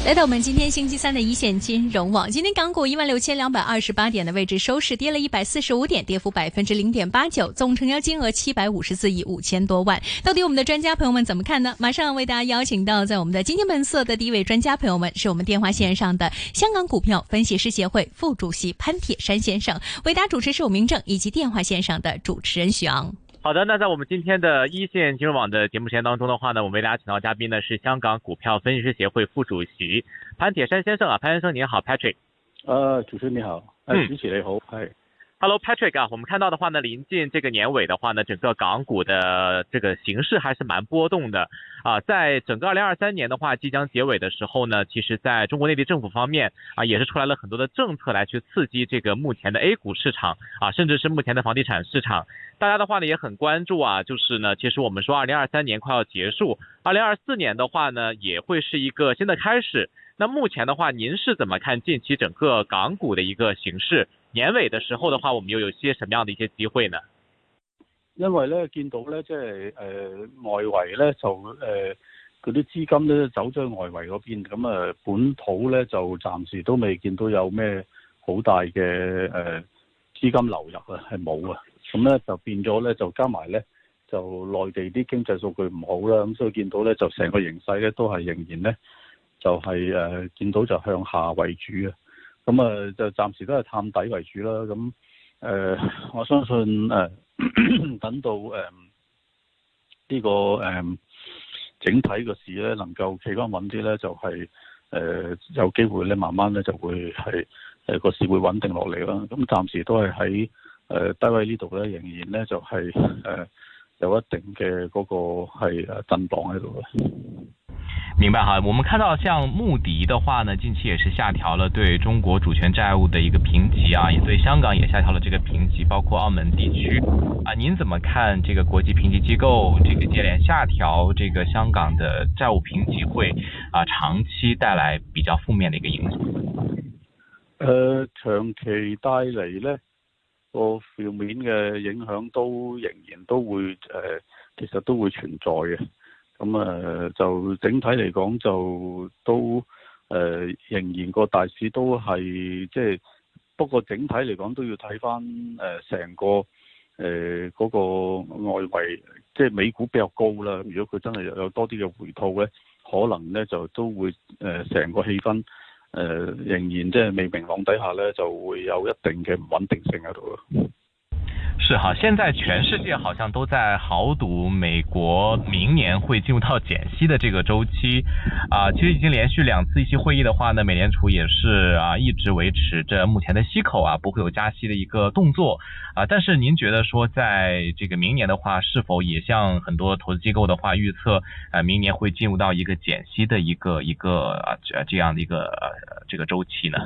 来到我们今天星期三的一线金融网，今天港股16228点的位置收市，跌了145点，跌幅0.89%，总成交金额754亿5000多万。到底我们的专家朋友们怎么看呢？马上为大家邀请到在我们的今天本色的第一位专家朋友们，是我们电话线上的香港股票分析师协会副主席潘铁珊先生，为大家主持是我明正，以及电话线上的主持人许昂。 好的，那在我们今天的一线金融网的节目时间当中的话呢，我们为大家请到嘉宾呢是香港股票分析师协会副主席潘铁珊先生啊，潘先生您好 ，Patrick。 主持人你好，主持你好 ，Hello Patrick 啊，我们看到的话呢，临近这个年尾的话呢，整个港股的这个形势还是蛮波动的啊。在整个2023年的话即将结尾的时候呢，其实在中国内地政府方面啊，也是出来了很多的政策来去刺激这个目前的 A 股市场啊，甚至是目前的房地产市场。大家的话呢也很关注啊，就是呢，其实我们说2023年快要结束，2024年的话呢也会是一个新的开始。那目前的话，您是怎么看近期整个港股的一个形势？年尾的時候的話，我們又有些什麼樣的一些機會呢？ 因為咧見到咧，即係外圍咧就嗰啲資金咧走咗去外圍嗰邊，咁本土咧就暫時都未見到有咩好大嘅資金流入啊，係冇啊。咁咧就變咗咧就加埋咧就內地啲經濟數據唔好啦，咁所以見到咧就成個形勢咧都係仍然咧就係見到就向下為主啊。咁就暫時都係探底為主啦。咁我相信等到呢個整體個市咧能夠企翻穩啲咧，就係有機會咧慢慢咧就會係個市會穩定落嚟啦。咁暫時都係喺低位呢度咧，仍然咧就係有一定嘅嗰個係震盪喺度嘅。 明白哈，我們看到像穆迪的話呢，近期也是下調了對中國主權債務的一個評級啊，也對香港也下調了這個評級，包括澳門地區啊，您怎麼看這個國際評級機構這個接連下調這個香港的債務評級會啊長期帶來比較負面的一個影響？ 長期帶嚟呢個負面嘅影響都仍然都會其實都會存在嘅。咁就整體嚟講就都仍然個大市都係即係，不過整體嚟講都要睇翻成個嗰個外圍，即係美股比較高啦。如果佢真係有多啲嘅回吐咧，可能咧就都會成個氣氛仍然即係未明朗底下咧，就會有一定嘅唔穩定性喺度咯。 是哈，現在全世界好像都在豪賭美國明年會進入到減息的這個週期啊，其實已經連續2次議息會議的話呢，美聯儲也是啊一直維持着目前的息口啊，不會有加息的一個動作啊。但是您覺得說，在這個明年的話，是否也像很多投資機構的話預測，明年會進入到一個減息的一個這樣的一個這個週期呢？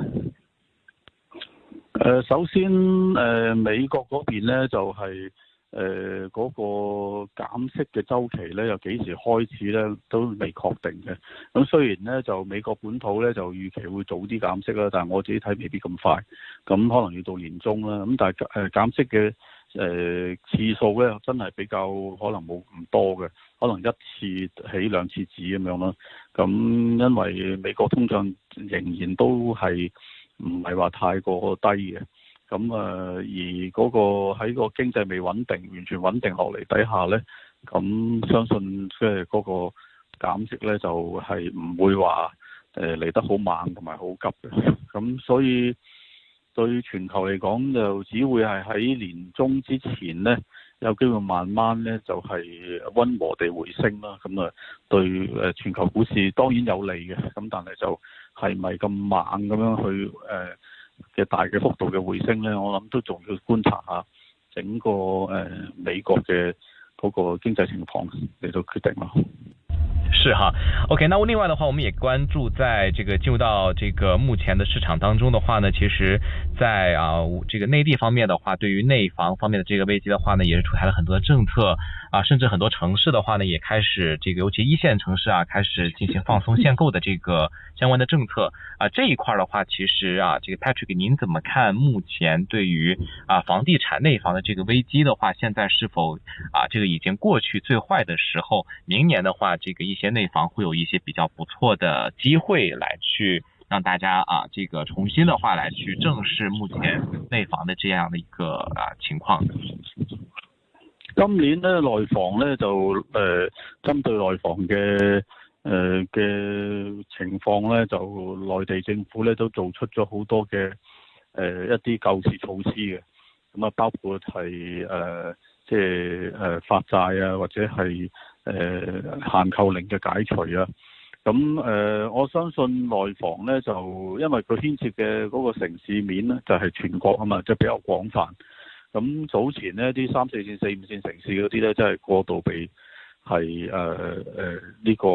首先美國嗰邊咧就係嗰個減息嘅週期咧，又幾時開始咧都未確定嘅。咁雖然咧就美國本土咧就預期會早啲減息啦，但係我自己睇未必咁快，咁可能要到年中啦。咁但係減息嘅次數咧真係比較可能冇咁多嘅，可能一次起2次止咁樣啦。咁因為美國通脹仍然都係唔係話太過低嘅，咁而嗰個喺個經濟未穩定、完全穩定落嚟底下呢，咁相信即係嗰個減息呢，就係唔會話嚟得好猛同埋好急嘅，咁所以對全球嚟講就只會係喺年中之前呢，有機會慢慢呢就係溫和地回升啦，咁對全球股市當然有利嘅，咁但係就係咪咁猛咁樣去嘅大嘅幅度嘅回升呢？我諗都仲要觀察下整個美國嘅嗰個經濟情況嚟到決定咯。 是哈 ，OK， 那另外的話，我們也關注在這個進入到這個目前的市場當中的話呢，其實在這個內地方面的話，對於內房方面的這個危機的話呢，也是出台了很多的政策啊，甚至很多城市的話呢，也開始這個尤其一線城市啊，開始進行放鬆限購的這個相關的政策啊，這一塊的話，其實這個 Patrick 您怎麼看目前對於房地產內房的這個危機的話，現在是否這個已經過去最壞的時候，明年的話，這個一些内房会有一些比较不错的机会来去让大家这个重新的话来去正视目前内房的这样的一个情况。 今年咧內房咧就針對內房嘅情況咧，就內地政府咧都做出咗好多嘅一啲救市措施嘅，咁啊包括係即係發債啊，或者係限購令嘅解除啊。咁我相信內房咧就因為佢牽涉嘅嗰個城市面咧就係全國啊嘛，即係比較廣泛。咁早前呢啲3、4線、4、5線城市嗰啲咧，真係過度被係呢個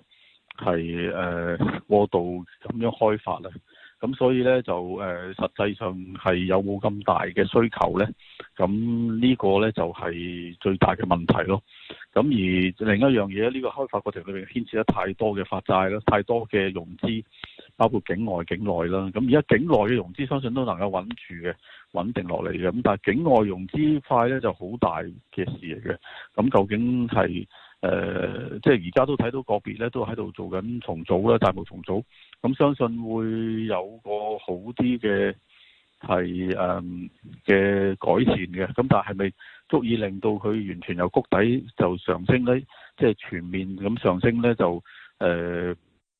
係過度咁樣開發啦。咁所以咧就實際上係有冇咁大嘅需求咧？咁呢個咧就係最大嘅問題咯。咁而另一樣嘢，呢個開發過程裏面牽涉得太多嘅發債啦，太多嘅融資，包括境外境內啦。咁而家境內嘅融資相信都能夠穩住嘅，穩定落嚟嘅。咁但係境外融資快咧就好大嘅事嚟嘅。咁究竟係即係而家都睇到個別咧都喺度做緊重組啦，債務重組。咁相信會有個好啲嘅係嘅改善嘅。咁但係咪足以令到佢完全由谷底就上升咧？即係全面咁上升咧？就而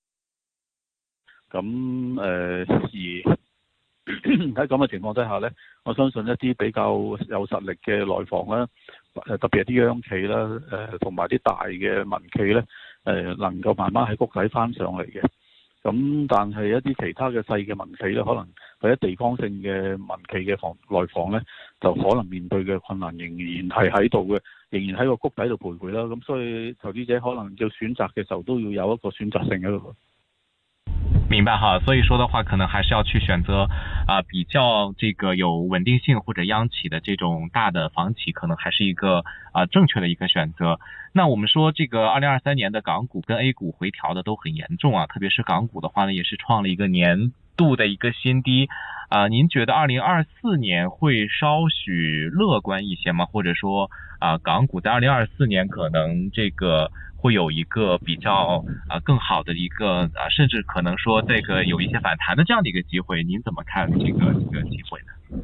喺咁嘅情況底下咧，我相信一啲比較有實力嘅內房啦，特別係啲央企啦，同埋啲大嘅民企咧，能夠慢慢喺谷底翻上嚟嘅。咁但係一啲其他嘅細嘅民企咧，可能或者地方性嘅民企嘅內房咧，就可能面對嘅困難仍然係喺度嘅，仍然喺個谷底度徘徊啦。咁所以投資者可能要選擇嘅時候都要有一個選擇性喺度。 明白哈，所以說的話，可能還是要去選擇比較這個有穩定性或者央企的這種大的房企，可能還是一個正確的一個選擇。那我們說這個2023年的港股跟 A 股回調的都很嚴重啊，特別是港股的話呢，也是創了一個年度的一個新低。您覺得2024年會稍許樂觀一些嗎？或者說港股在2024年可能這個會有一個比較更好的一個甚至可能說這個有一些反彈的這樣的一個機會，您怎麼看這個機會呢？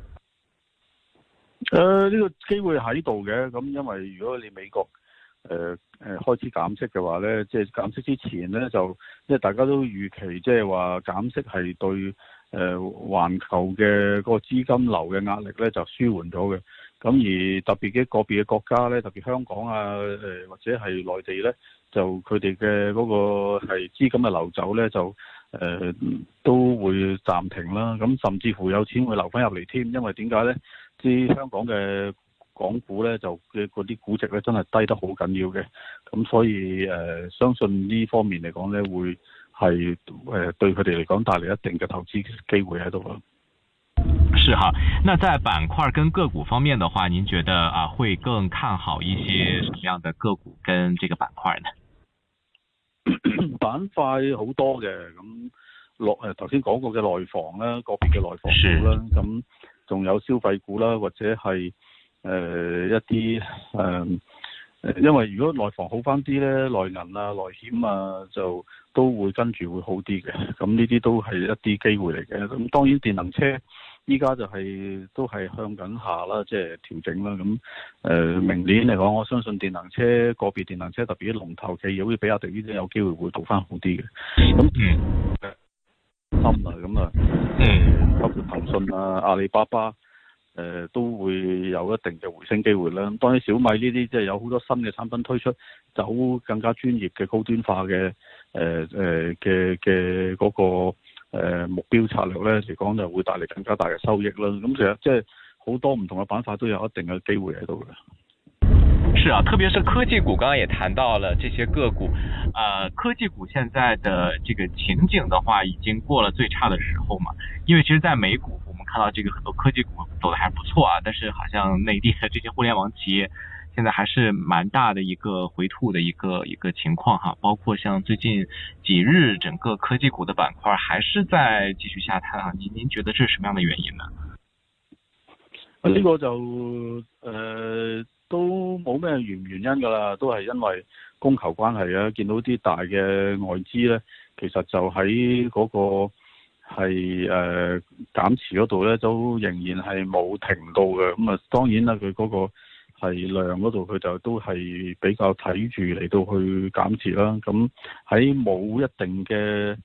呢個機會喺度嘅，咁因為如果你美國開始減息嘅話呢，即係減息之前呢，就因為大家都預期即係話減息係對環球嘅嗰個資金流嘅壓力呢就舒緩咗嘅。咁而特別嘅個別嘅國家呢，特別香港啊，或者係內地呢，就佢哋嘅嗰個係資金嘅流走呢，就都會暫停啦。咁甚至乎有錢會流翻入嚟添，因為點解呢？啲香港嘅港股呢，就嘅嗰啲估值呢，真係低得好緊要嘅。咁所以相信呢方面嚟講呢，會係對佢哋嚟講帶嚟一定嘅投資機會喺度咯。 是哈，那在板塊跟個股方面的話，您覺得會更看好一些什麼樣的個股跟這個板塊呢？ 板塊好多嘅，咁頭先講過嘅內房啦，個別嘅內房股啦，咁仲有消費股啦，或者係一啲因為如果內房好翻啲呢，內銀啊、內險啊，就都會跟住會好啲嘅。咁呢啲都係一啲機會嚟嘅。咁當然電能車依家就都係向緊下啦，即係調整啦。咁明年嚟講，我相信電能車個別電能車特別啲龍頭企業，好似比亞迪呢啲有機會會做翻好啲嘅。咁包括騰訊啊、阿里巴巴。都會有一定嘅回升機會啦。當然小米呢啲即係有好多新嘅產品推出，走更加專業嘅高端化嘅嘅嗰個目標策略咧嚟講，就會帶嚟更加大嘅收益啦。咁其實即係好多唔同嘅板塊都有一定嘅機會喺度嘅。 是啊，特別是科技股，剛剛也談到了這些個股，科技股現在的這個前景的話，已經過了最差的時候嘛。因為其實，在美股，我們看到這個很多科技股走得還不錯啊，但是好像內地的這些互聯網企業，現在還是蠻大的一個回吐的一個情況哈。包括像最近幾日，整個科技股的板塊還是在繼續下探啊。您覺得這是什麼樣的原因呢？ 呢個就都冇咩原因㗎啦，都係因為供求關係啊。見到啲大嘅外資咧，其實就喺嗰個係減持嗰度咧，都仍然係冇停到嘅。咁啊，當然啦，佢嗰個係量嗰度，佢就都係比較睇住嚟到去減持啦。咁喺冇一定嘅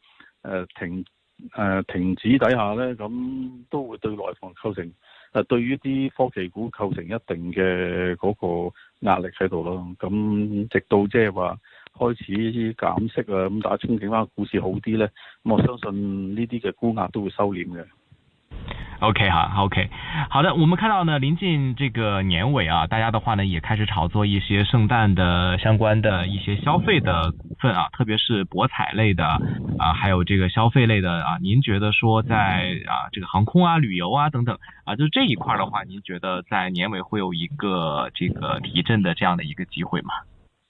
停止底下咧，咁都會對內房構成對於啲科技股構成一定嘅嗰個壓力喺度咯。咁直到即係話開始減息啊，咁大家憧憬翻股市好啲咧，咁我相信呢啲嘅沽壓都會收斂嘅。 OK 哈 ，OK， 好的，我們看到呢，臨近這個年尾啊，大家的話呢也開始炒作一些聖誕的相關的一些消費的股份啊，特別是博彩類的啊，還有這個消費類的啊，您覺得說在這個航空啊、旅遊啊等等啊，就這一塊的話，您覺得在年尾會有一個這個提振的這樣的一個機會嗎？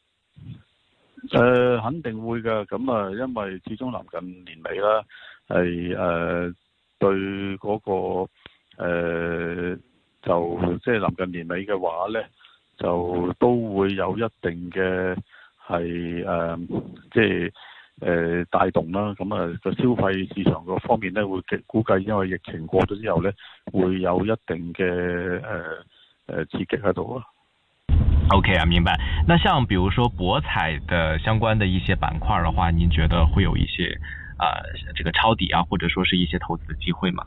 肯定會㗎，咁啊，因為始終臨近年尾啦，係對嗰個就即係臨近年尾嘅話咧，就都會有一定嘅係即係帶動啦。咁啊個消費市場個方面咧，會估計因為疫情過咗之後咧，會有一定嘅刺激喺度啊。 OK 啊，明白。那像比如說博彩的相關的一些板塊的話，您覺得會有一些這個抄底啊，或者說是一些投資機會嗎？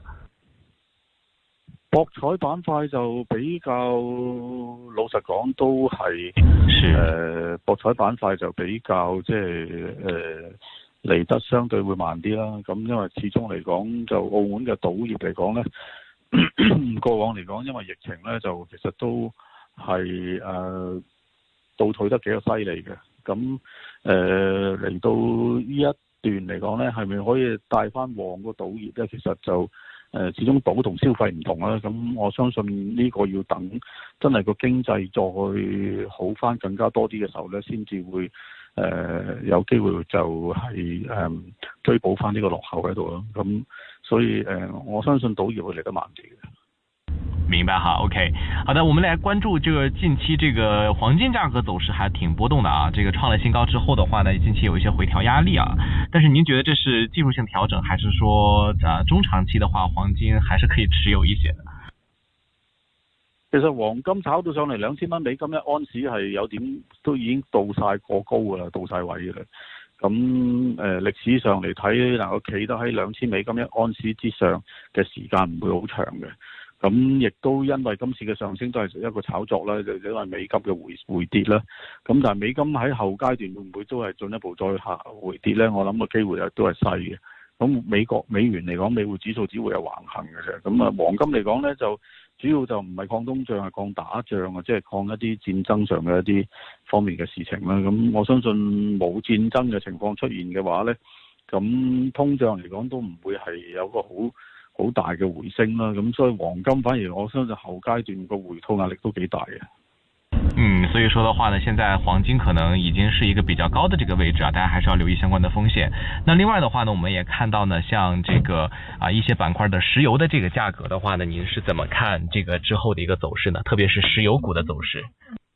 博彩板塊就比較老實講都係博彩板塊就比較即係嚟得相對會慢啲啦。咁因為始終嚟講就澳門嘅賭業嚟講咧，過往嚟講因為疫情咧就其實都係倒退得幾個犀利嘅。咁嚟到呢一段嚟講咧，係咪可以帶翻旺個賭業咧？其實就始終賭同消費唔同啦。咁我相信呢個要等真係個經濟再好翻更加多啲嘅時候咧，先至會有機會就係追補翻呢個落後喺度咯。咁所以我相信賭業會嚟得慢啲嘅。 明白哈 ，OK， 好的，我們來關注這個近期這個黃金價格走勢還挺波動的啊，這個創了新高之後的話呢，近期有一些回調壓力啊，但是您覺得這是技術性調整，還是說中長期的話黃金還是可以持有一些的？ 其實黃金炒到上嚟2000蚊美金一盎司係有點都已經到晒過高噶啦，到晒位噶啦。咁歷史上嚟睇，能夠企得喺2000美金一盎司之上嘅時間唔會好長嘅。咁亦都因為今次嘅上升都係一個炒作啦，就因為美金嘅回跌啦。咁但係美金喺後階段會唔會都係進一步再下回跌呢？我諗個機會都係細嘅。咁美元嚟講，美匯指數只會有橫行嘅啫。咁啊，黃金嚟講呢，就主要就唔係抗通脹，係抗打仗啊，即係抗一啲戰爭上嘅一啲方面嘅事情啦。咁我相信冇戰爭嘅情況出現嘅話呢，咁通脹嚟講都唔會係有個好大嘅回升啦，咁所以黃金反而我相信後階段個回吐壓力都幾大嘅。 所以說的話呢，現在黃金可能已經是一個比較高的這個位置啊，大家還是要留意相關的風險。那另外的話呢，我們也看到呢，像這個一些板塊的石油的這個價格的話呢，您是怎麼看這個之後的一個走勢呢？特別是石油股的走勢。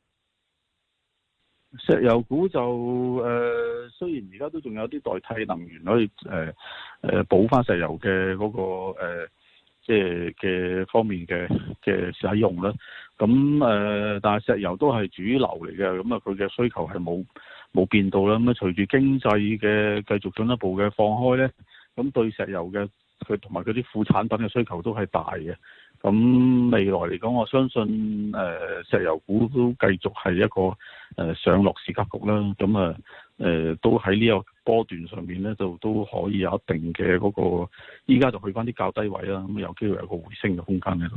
石油股就雖然而家都仲有啲代替能源可以補翻石油嘅嗰個即係嘅方面嘅使用啦，咁但係石油都係主流嚟嘅，咁啊佢嘅需求係冇變到啦。咁啊隨住經濟嘅繼續進一步嘅放開咧，咁對石油嘅佢同埋佢啲副產品嘅需求都係大嘅。咁未來嚟講，我相信石油股都繼續係一個上落市格局啦。咁啊都喺呢個波段上面咧，就都可以有一定嘅嗰個，依家就去翻啲較低位啦。咁有機會有個回升嘅空間喺度。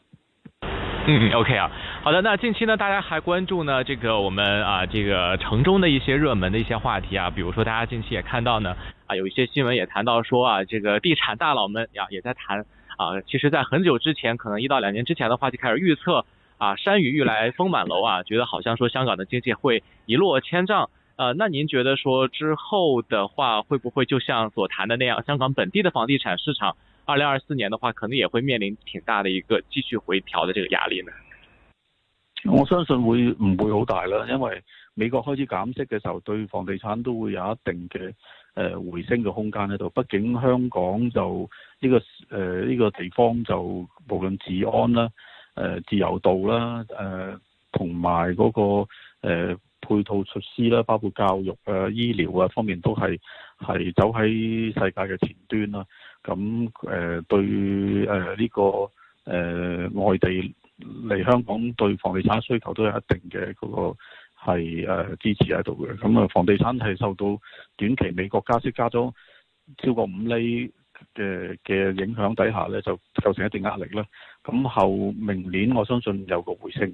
OK 啊，好的。那近期呢，大家還關注呢，這個我們這個城中的一些熱門的一些話題啊，比如說大家近期也看到呢，有一些新聞也談到說這個地產大佬們也在談。其實在很久之前，可能1到2年之前的話，就開始預測山雨欲來風滿樓啊，覺得好像說香港的經濟會一落千丈。那您覺得說之後的話，會不會就像所談的那樣，香港本地的房地產市場2024年的話，可能也會面臨挺大的一個繼續回調的這個壓力呢？ 我相信唔會好大啦，因為美國開始減息嘅時候，對房地產都會有一定嘅回升嘅空間喺度。畢竟香港就呢個地方就無論治安啦、自由度啦、同埋嗰個配套措施啦，包括教育啊、醫療啊方面都係走喺世界嘅前端啦。咁對呢個外地嚟香港對房地產需求都有一定嘅嗰個係支持喺度嘅。咁啊，房地產係受到短期美國加息加咗超過5厘嘅影響底下咧，就構成一定壓力啦。咁後明年我相信有個回升。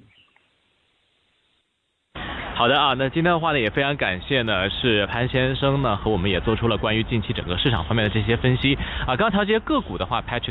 好的啊，那今天的話呢，也非常感謝呢，是潘先生呢和我們也做出了關於近期整個市場方面的這些分析啊。剛剛談這些個股的話 ，Patrick